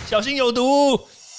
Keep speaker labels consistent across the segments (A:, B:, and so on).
A: 小心有毒。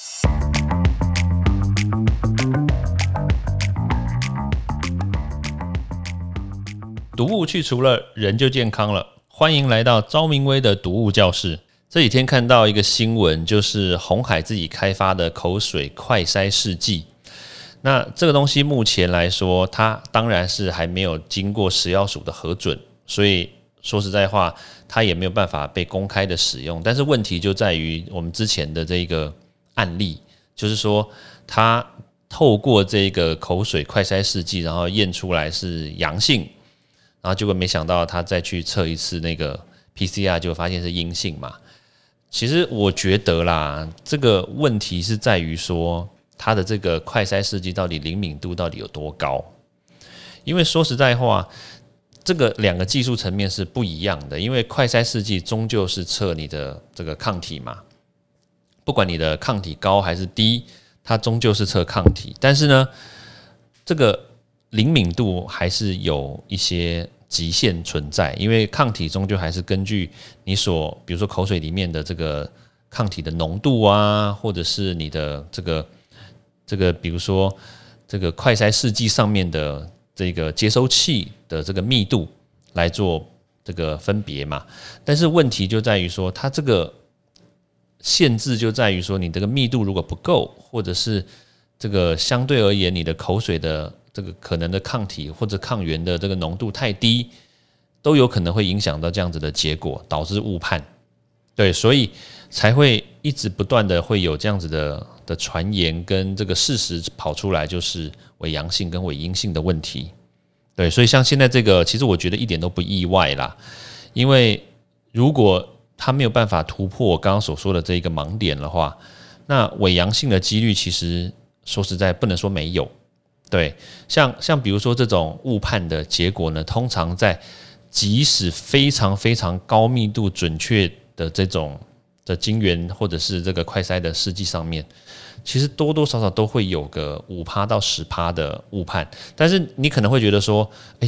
A: 毒物去除了，人就健康了。欢迎来到昭明威的毒物教室。这几天看到一个新闻，就是鸿海自己开发的口水快筛试剂。那这个东西目前来说，它当然是还没有经过食药署的核准，所以说实在话，它也没有办法被公开的使用。但是问题就在于我们之前的这个案例，就是说它透过这个口水快筛试剂，然后验出来是阳性，然后结果没想到他再去测一次那个 PCR， 就发现是阴性嘛。其实我觉得啦，这个问题是在于说，它的这个快筛试剂到底灵敏度到底有多高？因为说实在话，这个两个技术层面是不一样的。因为快筛试剂终究是测你的这个抗体嘛，不管你的抗体高还是低，它终究是测抗体。但是呢，这个灵敏度还是有一些极限存在，因为抗体终究还是根据你所，比如说口水里面的这个抗体的浓度啊，或者是你的这个，比如说这个快筛试剂上面的这个接收器的这个密度来做这个分别嘛。但是问题就在于说，它这个限制就在于说，你这个密度如果不够，或者是这个相对而言你的口水的这个可能的抗体或者抗原的这个浓度太低，都有可能会影响到这样子的结果，导致误判。对，所以才会一直不断的会有这样子的传言跟这个事实跑出来，就是伪阳性跟伪阴性的问题。对，所以像现在这个，其实我觉得一点都不意外啦，因为如果他没有办法突破我刚刚所说的这一个盲点的话，那伪阳性的几率其实说实在不能说没有。对，像比如说这种误判的结果呢，通常在即使非常非常高密度准确的这种的晶圆或者是这个快筛的试剂上面，其实多多少少都会有个5%到10%的误判。但是你可能会觉得说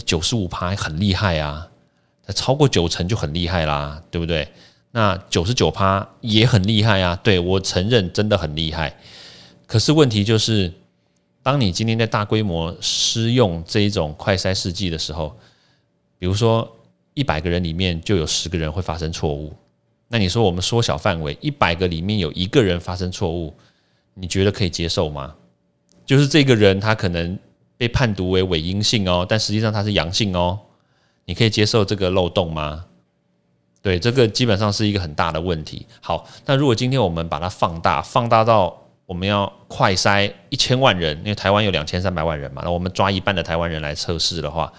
A: ，95%很厉害啊，超过90%就很厉害啦，对不对？那99%也很厉害啊，对，我承认真的很厉害。可是问题就是，当你今天在大规模施用这一种快筛试剂的时候，比如说100个人里面就有10个人会发生错误，那你说我们缩小范围，100个里面有1个人发生错误，你觉得可以接受吗？就是这个人他可能被判读为伪阴性哦，但实际上他是阳性哦，你可以接受这个漏洞吗？对，这个基本上是一个很大的问题。好，那如果今天我们把它放大到我们要快筛1000万人，因为台湾有2300万人嘛，那我们抓一半的台湾人来测试的话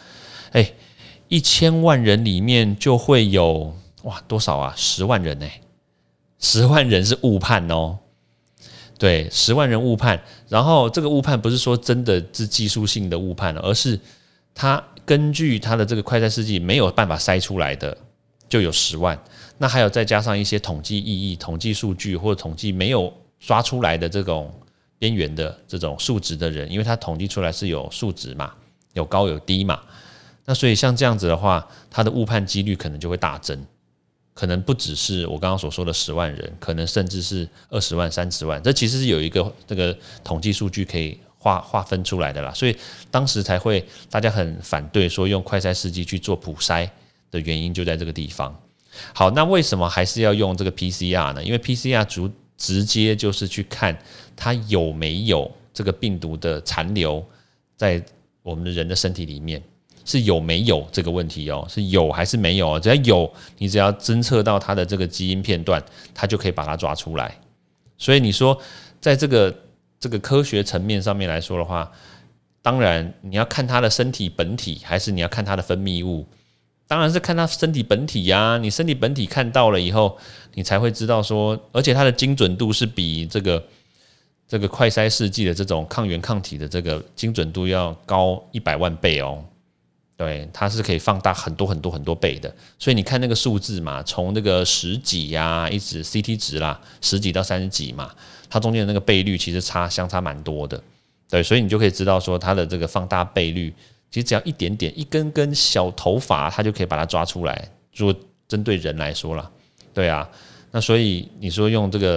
A: ，1000万人里面就会有多少啊？10万人10万人是误判哦。对，10万人误判，然后这个误判不是说真的是技术性的误判，而是它根据它的这个快筛试剂没有办法筛出来的就有10万，那还有再加上一些统计意义、统计数据或者统计没有抓出来的这种边缘的这种数值的人，因为它统计出来是有数值嘛，有高有低嘛，那所以像这样子的话，它的误判几率可能就会大增，可能不只是我刚刚所说的10万人，可能甚至是20万、30万，这其实是有一个这个统计数据可以划分出来的啦，所以当时才会大家很反对说用快筛试剂去做普筛的原因就在这个地方。好，那为什么还是要用这个 PCR 呢？因为 PCR 直接就是去看它有没有这个病毒的残留在我们的人的身体里面，是有没有这个问题哦，是有还是没有哦？只要有，你只要侦测到它的这个基因片段，它就可以把它抓出来。所以你说，在这个科学层面上面来说的话，当然你要看它的身体本体，还是你要看它的分泌物？当然是看它身体本体啊！你身体本体看到了以后，你才会知道说，而且它的精准度是比这个快筛试剂的这种抗原抗体的这个精准度要高100万倍哦。对，它是可以放大很多很多很多倍的，所以你看那个数字嘛，从那个10几啊，一直 CT 值啦，10几到30几嘛，它中间的那个倍率其实相差蛮多的。对，所以你就可以知道说它的这个放大倍率。其实只要一点点，一根根小头发，它就可以把它抓出来。如果针对人来说啦，对啊，那所以你说用这个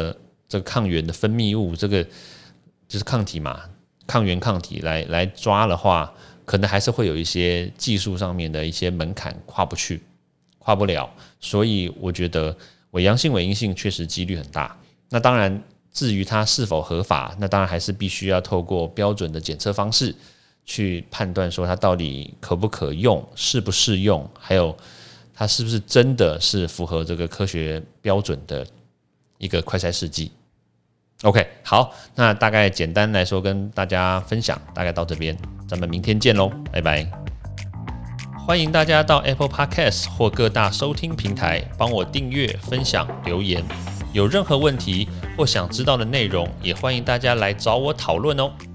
A: 这个抗原的分泌物，这个就是抗体嘛，抗原抗体来抓的话，可能还是会有一些技术上面的一些门槛跨不了，所以我觉得伪阳性伪阴性确实几率很大。那当然至于它是否合法，那当然还是必须要透过标准的检测方式去判断说它到底可不可用，适不适用，还有它是不是真的是符合这个科学标准的一个快筛试剂。OK， 好，那大概简单来说跟大家分享，大概到这边，咱们明天见咯，拜拜。欢迎大家到 Apple Podcast 或各大收听平台帮我订阅、分享、留言。有任何问题或想知道的内容，也欢迎大家来找我讨论哦。